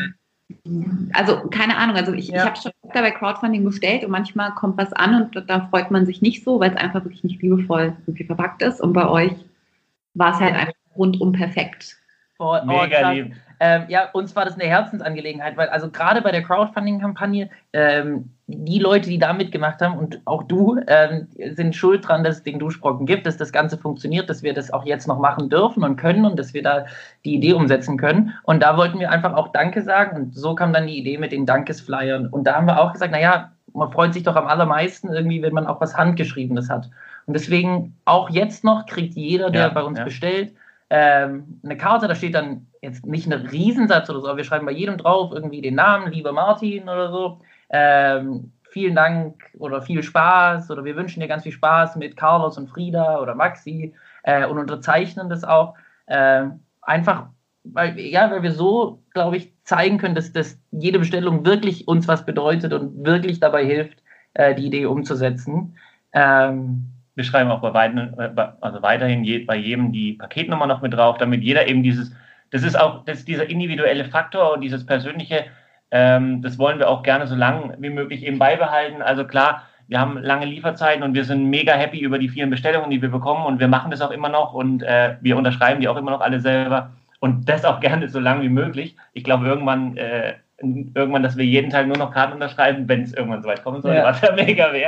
also keine Ahnung, also ich, Ja. ich habe schon öfter bei Crowdfunding bestellt und manchmal kommt was an und da freut man sich nicht so, weil es einfach wirklich nicht liebevoll irgendwie verpackt ist. Und bei euch war es halt einfach rundum perfekt. Oh, oh, mega krass. lieb. Ähm, ja, uns war das eine Herzensangelegenheit, weil also gerade bei der Crowdfunding-Kampagne, ähm, die Leute, die da mitgemacht haben und auch du, ähm, sind schuld dran, dass es den Duschbrocken gibt, dass das Ganze funktioniert, dass wir das auch jetzt noch machen dürfen und können und dass wir da die Idee umsetzen können. Und da wollten wir einfach auch Danke sagen und so kam dann die Idee mit den Dankesflyern. Und da haben wir auch gesagt, naja, man freut sich doch am allermeisten irgendwie, wenn man auch was Handgeschriebenes hat. Und deswegen auch jetzt noch kriegt jeder, der Ja, bei uns ja. bestellt, ähm, eine Karte, da steht dann jetzt nicht ein Riesensatz oder so, aber wir schreiben bei jedem drauf irgendwie den Namen, lieber Martin oder so. Ähm, vielen Dank oder viel Spaß oder wir wünschen dir ganz viel Spaß mit Carlos und Frieda oder Maxi äh, und unterzeichnen das auch. Äh, einfach, weil, ja, weil wir so, glaube ich, zeigen können, dass, dass jede Bestellung wirklich uns was bedeutet und wirklich dabei hilft, äh, die Idee umzusetzen. Ähm, Wir schreiben auch bei beiden, also weiterhin je, bei jedem die Paketnummer noch mit drauf, damit jeder eben dieses, das ist auch das ist dieser individuelle Faktor und dieses persönliche, ähm, das wollen wir auch gerne so lang wie möglich eben beibehalten. Also klar, wir haben lange Lieferzeiten und wir sind mega happy über die vielen Bestellungen, die wir bekommen und wir machen das auch immer noch und äh, wir unterschreiben die auch immer noch alle selber und das auch gerne so lang wie möglich. Ich glaube irgendwann, äh, irgendwann, dass wir jeden Tag nur noch Karten unterschreiben, wenn es irgendwann so weit kommen soll, Ja. was ja mega wäre.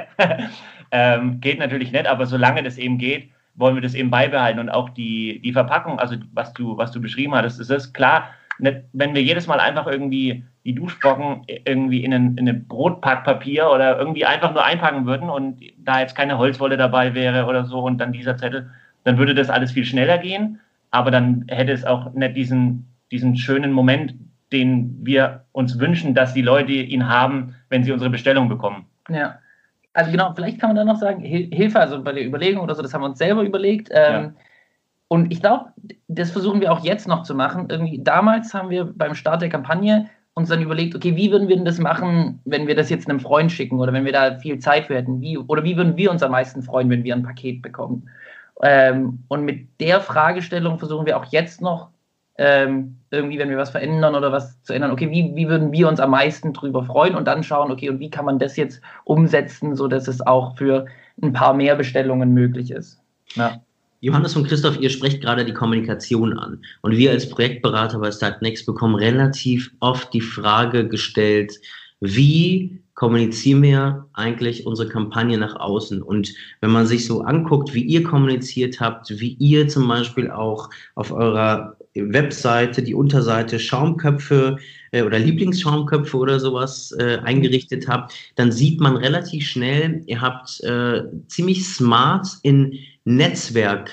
ähm, geht natürlich nicht, aber solange das eben geht, wollen wir das eben beibehalten und auch die, die Verpackung, also was du, was du beschrieben hattest, ist es klar, nicht, wenn wir jedes Mal einfach irgendwie die Duschbrocken irgendwie in ein, in ein Brotpackpapier oder irgendwie einfach nur einpacken würden und da jetzt keine Holzwolle dabei wäre oder so und dann dieser Zettel, dann würde das alles viel schneller gehen, aber dann hätte es auch nicht diesen, diesen schönen Moment, den wir uns wünschen, dass die Leute ihn haben, wenn sie unsere Bestellung bekommen. Ja, Also genau, vielleicht kann man dann noch sagen, Hil- Hilfe, also bei der Überlegung oder so, das haben wir uns selber überlegt. Ähm, Ja. Und ich glaube, das versuchen wir auch jetzt noch zu machen. Irgendwie damals haben wir beim Start der Kampagne uns dann überlegt, okay, wie würden wir denn das machen, wenn wir das jetzt einem Freund schicken oder wenn wir da viel Zeit für hätten? Wie, oder wie würden wir uns am meisten freuen, wenn wir ein Paket bekommen? Ähm, und mit der Fragestellung versuchen wir auch jetzt noch ähm, irgendwie, wenn wir was verändern oder was zu ändern, okay, wie, wie würden wir uns am meisten drüber freuen und dann schauen, okay, und wie kann man das jetzt umsetzen, sodass es auch für ein paar mehr Bestellungen möglich ist. Ja. Johannes und Christoph, ihr sprecht gerade die Kommunikation an. Und wir als Projektberater bei Startnext bekommen relativ oft die Frage gestellt, wie kommunizieren wir eigentlich unsere Kampagne nach außen? Und wenn man sich so anguckt, wie ihr kommuniziert habt, wie ihr zum Beispiel auch auf eurer Webseite die Unterseite Schaumköpfe äh, oder Lieblingsschaumköpfe oder sowas äh, eingerichtet habt, dann sieht man relativ schnell, ihr habt äh, ziemlich smart in Netzwerk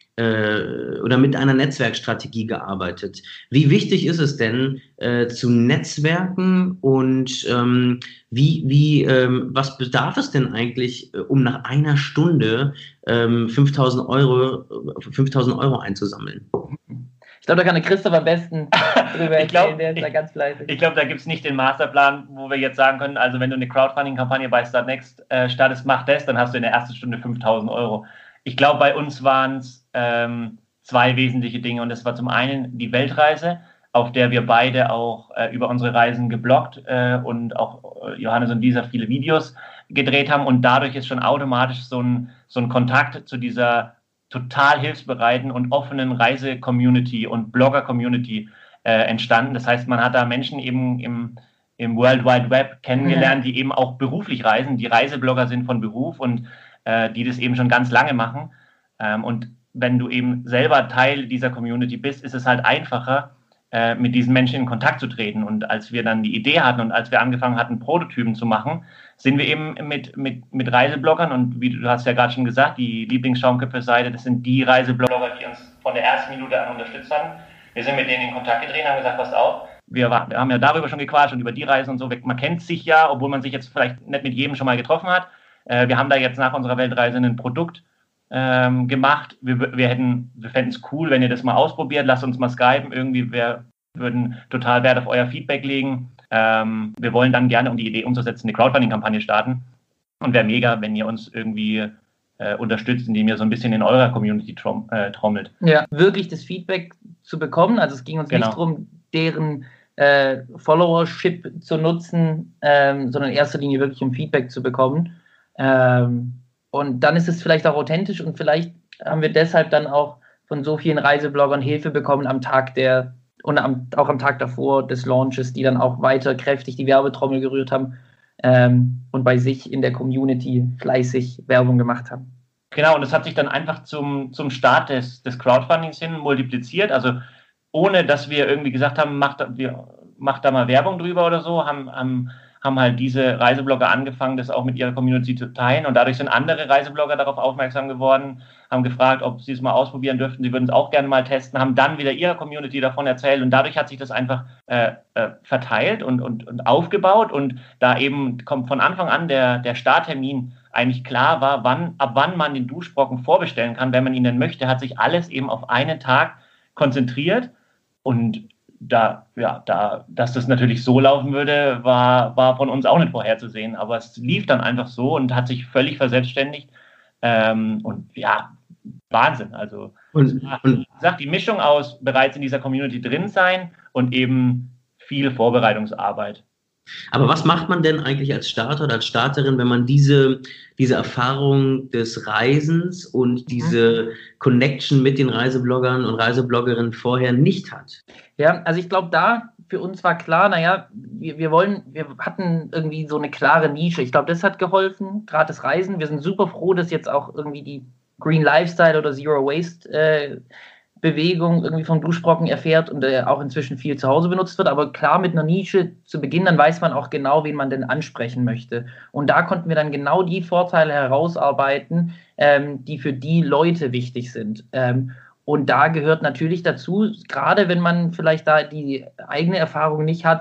äh, oder mit einer Netzwerkstrategie gearbeitet. Wie wichtig ist es denn äh, zu netzwerken und ähm, wie, wie, ähm, was bedarf es denn eigentlich, äh, um nach einer Stunde ähm, fünftausend Euro, fünftausend Euro einzusammeln? Ich glaube, da kann der Christoph am besten drüber Ich glaub, erzählen, der ist da ganz fleißig. Ich glaube, da gibt es nicht den Masterplan, wo wir jetzt sagen können, also wenn du eine Crowdfunding-Kampagne bei Startnext äh, startest, mach das, dann hast du in der ersten Stunde fünftausend Euro. Ich glaube, bei uns waren es ähm, zwei wesentliche Dinge und das war zum einen die Weltreise, auf der wir beide auch äh, über unsere Reisen gebloggt äh, und auch äh, Johannes und Lisa viele Videos gedreht haben und dadurch ist schon automatisch so ein, so ein Kontakt zu dieser total hilfsbereiten und offenen Reise-Community und Blogger-Community äh, entstanden. Das heißt, man hat da Menschen eben im, im World Wide Web kennengelernt, die eben auch beruflich reisen, die Reiseblogger sind von Beruf und äh, die das eben schon ganz lange machen. Ähm, und wenn du eben selber Teil dieser Community bist, ist es halt einfacher, äh, mit diesen Menschen in Kontakt zu treten. Und als wir dann die Idee hatten und als wir angefangen hatten, Prototypen zu machen, sind wir eben mit, mit, mit Reisebloggern und wie du hast ja gerade schon gesagt, die Lieblingsschaumköpfe-Seite, das sind die Reiseblogger, die uns von der ersten Minute an unterstützt haben. Wir sind mit denen in Kontakt getreten, haben gesagt, passt auf, wir, war, wir haben ja darüber schon gequatscht und über die Reisen und so, man kennt sich ja, obwohl man sich jetzt vielleicht nicht mit jedem schon mal getroffen hat. Äh, wir haben da jetzt nach unserer Weltreise ein Produkt ähm, gemacht. Wir, wir, hätten, wir fänden es cool, wenn ihr das mal ausprobiert, lasst uns mal skypen, irgendwie, wir würden total Wert auf euer Feedback legen. Ähm, wir wollen dann gerne, um die Idee umzusetzen, eine Crowdfunding-Kampagne starten und wäre mega, wenn ihr uns irgendwie äh, unterstützt, indem ihr so ein bisschen in eurer Community trom äh, trommelt. Ja, wirklich das Feedback zu bekommen, also es ging uns Genau. nicht darum, deren äh, Followership zu nutzen, ähm, sondern in erster Linie wirklich um Feedback zu bekommen. Ähm, und dann ist es vielleicht auch authentisch und vielleicht haben wir deshalb dann auch von so vielen Reisebloggern Hilfe bekommen am Tag der und am, auch am Tag davor des Launches, die dann auch weiter kräftig die Werbetrommel gerührt haben ähm, und bei sich in der Community fleißig Werbung gemacht haben. Genau, und das hat sich dann einfach zum, zum Start des, des Crowdfundings hin multipliziert, also ohne, dass wir irgendwie gesagt haben, macht, wir, macht da mal Werbung drüber oder so, haben, haben, haben halt diese Reiseblogger angefangen, das auch mit ihrer Community zu teilen und dadurch sind andere Reiseblogger darauf aufmerksam geworden, haben gefragt, ob sie es mal ausprobieren dürften, sie würden es auch gerne mal testen, haben dann wieder ihrer Community davon erzählt und dadurch hat sich das einfach äh, äh, verteilt und, und, und aufgebaut und da eben kommt von Anfang an der, der Starttermin eigentlich klar war, wann, ab wann man den Duschbrocken vorbestellen kann, wenn man ihn denn möchte, hat sich alles eben auf einen Tag konzentriert und da, ja, da, dass das natürlich so laufen würde, war, war von uns auch nicht vorherzusehen, aber es lief dann einfach so und hat sich völlig verselbstständigt ähm, und ja, Wahnsinn, also Und, und wie gesagt, die Mischung aus bereits in dieser Community drin sein und eben viel Vorbereitungsarbeit. Aber was macht man denn eigentlich als Starter oder als Starterin, wenn man diese, diese Erfahrung des Reisens und diese Connection mit den Reisebloggern und Reisebloggerinnen vorher nicht hat? Ja, also ich glaube, da für uns war klar, naja, wir, wir wollen, wir hatten irgendwie so eine klare Nische. Ich glaube, das hat geholfen, gerade das Reisen. Wir sind super froh, dass jetzt auch irgendwie die Green Lifestyle oder Zero Waste äh, Bewegung irgendwie vom Duschbrocken erfährt und äh, auch inzwischen viel zu Hause benutzt wird. Aber klar, mit einer Nische zu Beginn, dann weiß man auch genau, wen man denn ansprechen möchte. Und da konnten wir dann genau die Vorteile herausarbeiten, ähm, die für die Leute wichtig sind. Ähm, und da gehört natürlich dazu, gerade wenn man vielleicht da die eigene Erfahrung nicht hat,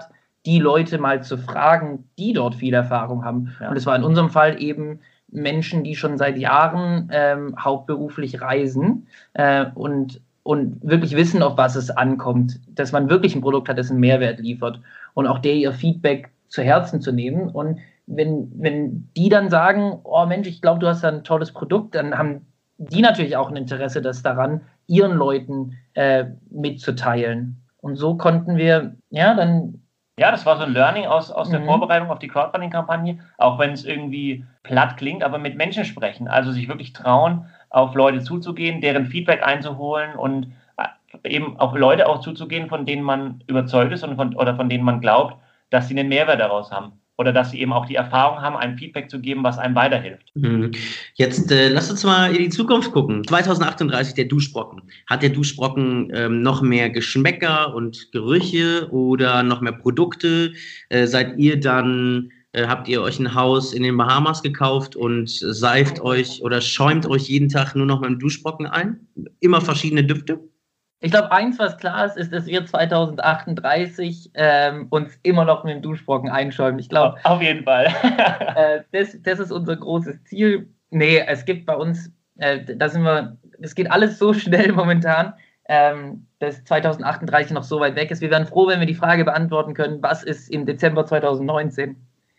die Leute mal zu fragen, die dort viel Erfahrung haben. Ja. Und es war in unserem Fall eben Menschen, die schon seit Jahren ähm, hauptberuflich reisen äh, und, und wirklich wissen, auf was es ankommt, dass man wirklich ein Produkt hat, das einen Mehrwert liefert und auch der ihr Feedback zu Herzen zu nehmen. Und wenn, wenn die dann sagen, oh Mensch, ich glaube, du hast da ein tolles Produkt, dann haben die natürlich auch ein Interesse, das daran ihren Leuten äh, mitzuteilen. Und so konnten wir, ja, dann... Ja, das war so ein Learning aus, aus der Mhm. Vorbereitung auf die Crowdfunding-Kampagne, auch wenn es irgendwie platt klingt, aber mit Menschen sprechen, also sich wirklich trauen, auf Leute zuzugehen, deren Feedback einzuholen und eben auf Leute auch zuzugehen, von denen man überzeugt ist und von, oder von denen man glaubt, dass sie einen Mehrwert daraus haben. Oder dass sie eben auch die Erfahrung haben, ein Feedback zu geben, was einem weiterhilft. Jetzt äh, lasst uns mal in die Zukunft gucken. zwanzig achtunddreißig, der Duschbrocken. Hat der Duschbrocken ähm, noch mehr Geschmäcker und Gerüche oder noch mehr Produkte? Äh, seid ihr dann, äh, habt ihr euch ein Haus in den Bahamas gekauft und seift euch oder schäumt euch jeden Tag nur noch mit dem Duschbrocken ein? Immer verschiedene Düfte? Ich glaube, eins, was klar ist, ist, dass wir zwanzig achtunddreißig ähm, uns immer noch mit dem Duschbrocken einschäumen. Ich glaube, auf jeden Fall. äh, das, das ist unser großes Ziel. Nee, es gibt bei uns, äh, da sind wir, es geht alles so schnell momentan, ähm, dass zwanzig achtunddreißig noch so weit weg ist. Wir wären froh, wenn wir die Frage beantworten können, was ist im Dezember zwanzig neunzehn?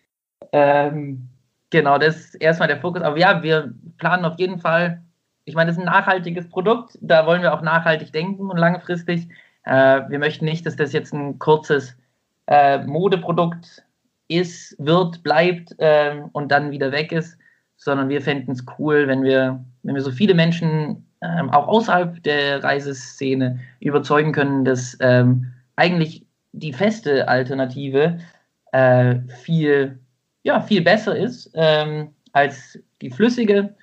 Ähm, genau, das ist erstmal der Fokus. Aber ja, wir planen auf jeden Fall. Ich meine, das ist ein nachhaltiges Produkt, da wollen wir auch nachhaltig denken und langfristig. Äh, wir möchten nicht, dass das jetzt ein kurzes äh, Modeprodukt ist, wird, bleibt äh, und dann wieder weg ist, sondern wir fänden es cool, wenn wir, wenn wir so viele Menschen äh, auch außerhalb der Reiseszene überzeugen können, dass ähm, eigentlich die feste Alternative äh, viel, ja, viel besser ist ähm, als die flüssige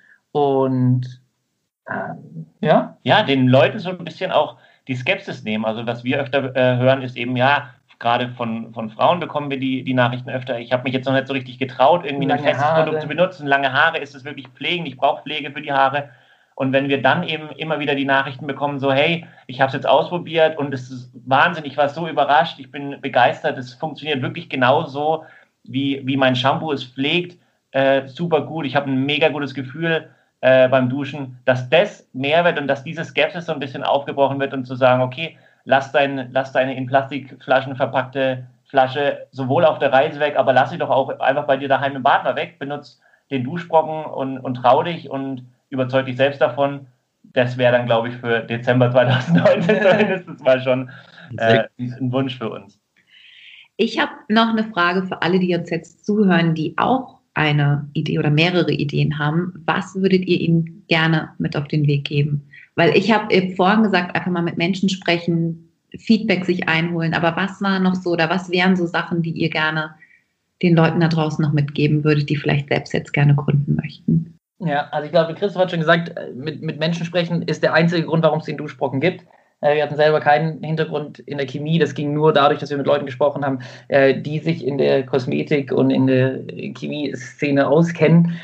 und Ähm, ja. Ja, den Leuten so ein bisschen auch die Skepsis nehmen. Also was wir öfter äh, hören, ist eben, ja, gerade von, von Frauen bekommen wir die, die Nachrichten öfter. Ich habe mich jetzt noch nicht so richtig getraut, irgendwie ein festes Haare. Produkt zu benutzen. Lange Haare, ist es wirklich Pflegen? Ich brauche Pflege für die Haare. Und wenn wir dann eben immer wieder die Nachrichten bekommen, so hey, ich habe es jetzt ausprobiert und es ist Wahnsinn, ich war so überrascht, ich bin begeistert, es funktioniert wirklich genauso, wie, wie mein Shampoo es pflegt, äh, super gut, ich habe ein mega gutes Gefühl Äh, beim Duschen, dass das Mehrwert und dass diese Skepsis so ein bisschen aufgebrochen wird und zu sagen, okay, lass, dein, lass deine in Plastikflaschen verpackte Flasche sowohl auf der Reise weg, aber lass sie doch auch einfach bei dir daheim im Bad mal weg, benutz den Duschbrocken und, und trau dich und überzeug dich selbst davon. Das wäre dann, glaube ich, für Dezember zwanzig neunzehn zumindest mal schon äh, ein Wunsch für uns. Ich habe noch eine Frage für alle, die uns jetzt zuhören, die auch eine Idee oder mehrere Ideen haben. Was würdet ihr ihnen gerne mit auf den Weg geben? Weil ich habe vorhin gesagt, einfach mal mit Menschen sprechen, Feedback sich einholen, aber was war noch so oder was wären so Sachen, die ihr gerne den Leuten da draußen noch mitgeben würdet, die vielleicht selbst jetzt gerne gründen möchten? Ja, also ich glaube, Christoph hat schon gesagt, mit, mit Menschen sprechen ist der einzige Grund, warum es den Duschbrocken gibt. Wir hatten selber keinen Hintergrund in der Chemie, das ging nur dadurch, dass wir mit Leuten gesprochen haben, die sich in der Kosmetik und in der Chemieszene auskennen.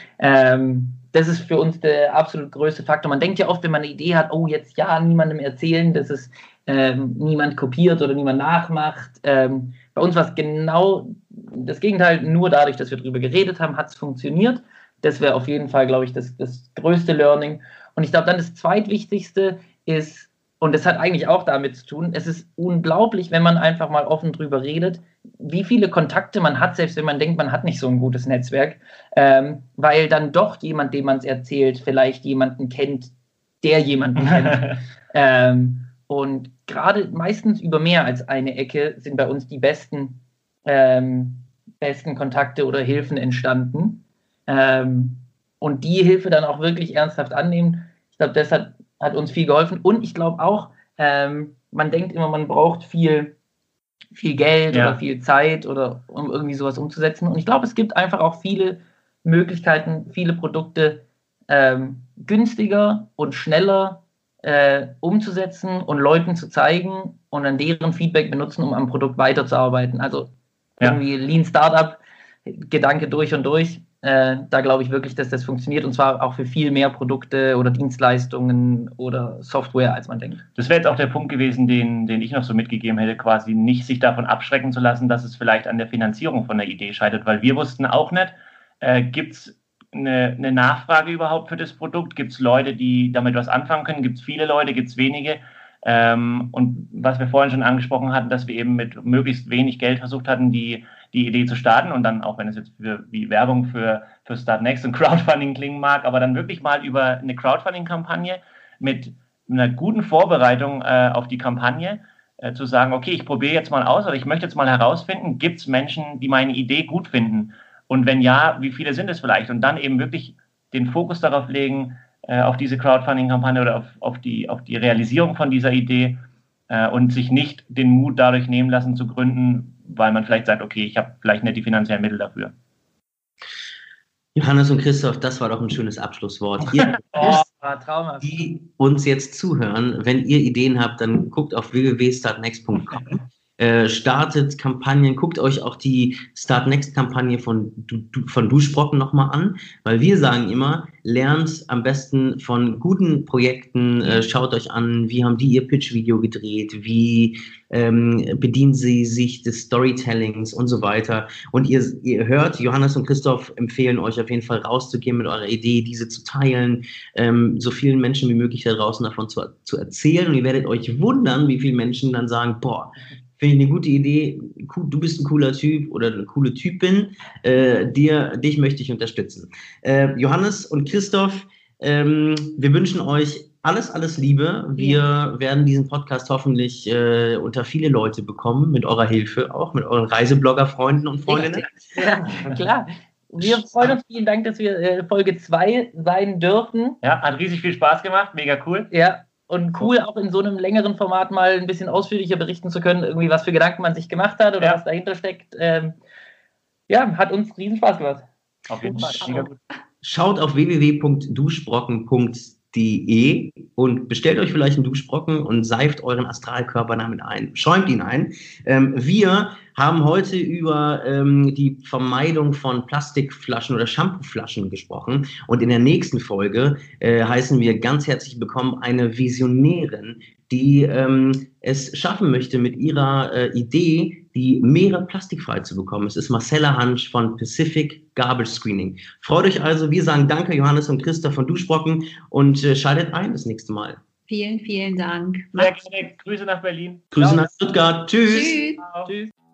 Das ist für uns der absolut größte Faktor. Man denkt ja oft, wenn man eine Idee hat, oh, jetzt ja, niemandem erzählen, dass es ähm, niemand kopiert oder niemand nachmacht. Ähm, bei uns war es genau das Gegenteil, nur dadurch, dass wir darüber geredet haben, hat es funktioniert. Das wäre auf jeden Fall, glaube ich, das, das größte Learning. Und ich glaube, dann das zweitwichtigste ist, und das hat eigentlich auch damit zu tun, es ist unglaublich, wenn man einfach mal offen drüber redet, wie viele Kontakte man hat, selbst wenn man denkt, man hat nicht so ein gutes Netzwerk, ähm, weil dann doch jemand, dem man es erzählt, vielleicht jemanden kennt, der jemanden kennt. ähm, und gerade meistens über mehr als eine Ecke sind bei uns die besten, ähm, besten Kontakte oder Hilfen entstanden. Ähm, und die Hilfe dann auch wirklich ernsthaft annehmen. Ich glaube, das hat hat uns viel geholfen. Und ich glaube auch, ähm, man denkt immer, man braucht viel, viel Geld ja. oder viel Zeit, oder um irgendwie sowas umzusetzen. Und ich glaube, es gibt einfach auch viele Möglichkeiten, viele Produkte ähm, günstiger und schneller äh, umzusetzen und Leuten zu zeigen und dann deren Feedback benutzen, um am Produkt weiterzuarbeiten. Also ja. irgendwie Lean Startup, Gedanke durch und durch. Äh, da glaube ich wirklich, dass das funktioniert und zwar auch für viel mehr Produkte oder Dienstleistungen oder Software, als man denkt. Das wäre jetzt auch der Punkt gewesen, den, den ich noch so mitgegeben hätte, quasi nicht sich davon abschrecken zu lassen, dass es vielleicht an der Finanzierung von der Idee scheitert, weil wir wussten auch nicht, äh, gibt es eine, eine Nachfrage überhaupt für das Produkt, gibt es Leute, die damit was anfangen können, gibt es viele Leute, gibt es wenige. Ähm, und was wir vorhin schon angesprochen hatten, dass wir eben mit möglichst wenig Geld versucht hatten, die die Idee zu starten und dann, auch wenn es jetzt für, wie Werbung für, für Startnext und Crowdfunding klingen mag, aber dann wirklich mal über eine Crowdfunding-Kampagne mit einer guten Vorbereitung äh, auf die Kampagne äh, zu sagen, okay, ich probiere jetzt mal aus oder ich möchte jetzt mal herausfinden, gibt es Menschen, die meine Idee gut finden? Und wenn ja, wie viele sind es vielleicht? Und dann eben wirklich den Fokus darauf legen, äh, auf diese Crowdfunding-Kampagne oder auf, auf, die, auf die Realisierung von dieser Idee äh, und sich nicht den Mut dadurch nehmen lassen zu gründen, weil man vielleicht sagt, okay, ich habe vielleicht nicht die finanziellen Mittel dafür. Johannes und Christoph, das war doch ein schönes Abschlusswort. Ihr, oh, traumhaft. Die uns jetzt zuhören, wenn ihr Ideen habt, dann guckt auf w w w punkt startnext punkt com. Äh, startet Kampagnen, guckt euch auch die Startnext-Kampagne von, von Duschbrocken nochmal an, weil wir sagen immer, lernt am besten von guten Projekten, äh, schaut euch an, wie haben die ihr Pitch-Video gedreht, wie ähm, bedienen sie sich des Storytellings und so weiter. Und ihr, ihr hört, Johannes und Christoph empfehlen euch auf jeden Fall rauszugehen mit eurer Idee, diese zu teilen, ähm, so vielen Menschen wie möglich da draußen davon zu, zu erzählen. Und ihr werdet euch wundern, wie viele Menschen dann sagen, boah, finde ich eine gute Idee, du bist ein cooler Typ oder eine coole Typin, äh, dir, dich möchte ich unterstützen. Äh, Johannes und Christoph, ähm, wir wünschen euch alles, alles Liebe. Wir ja. werden diesen Podcast hoffentlich äh, unter viele Leute bekommen, mit eurer Hilfe, auch mit euren Reiseblogger-Freunden und Freundinnen. Ja, klar. Wir freuen uns, vielen Dank, dass wir äh, Folge zwei sein dürfen. Ja, hat riesig viel Spaß gemacht, mega cool. Ja. Und cool, auch in so einem längeren Format mal ein bisschen ausführlicher berichten zu können, irgendwie was für Gedanken man sich gemacht hat oder ja. was dahinter steckt. Ähm, ja, hat uns riesen Spaß gemacht. Auf jeden Fall. Mega gut. Schaut auf w w w punkt duschbrocken punkt de und bestellt euch vielleicht einen Duschbrocken und seift euren Astralkörper damit ein. Schäumt ihn ein. Ähm, wir haben heute über ähm, die Vermeidung von Plastikflaschen oder Shampooflaschen gesprochen und in der nächsten Folge äh, heißen wir ganz herzlich willkommen eine Visionärin, die ähm, es schaffen möchte, mit ihrer äh, Idee die Meere plastikfrei zu bekommen. Es ist Marcella Hansch von Pacific Garbage Screening. Freut euch also, wir sagen danke Johannes und Christoph von Duschbrocken und äh, schaltet ein das nächste Mal. Vielen, vielen Dank. Sehr gerne. Grüße nach Berlin. Grüße Ciao. nach Stuttgart. Tschüss. Tschüss. Tschüss.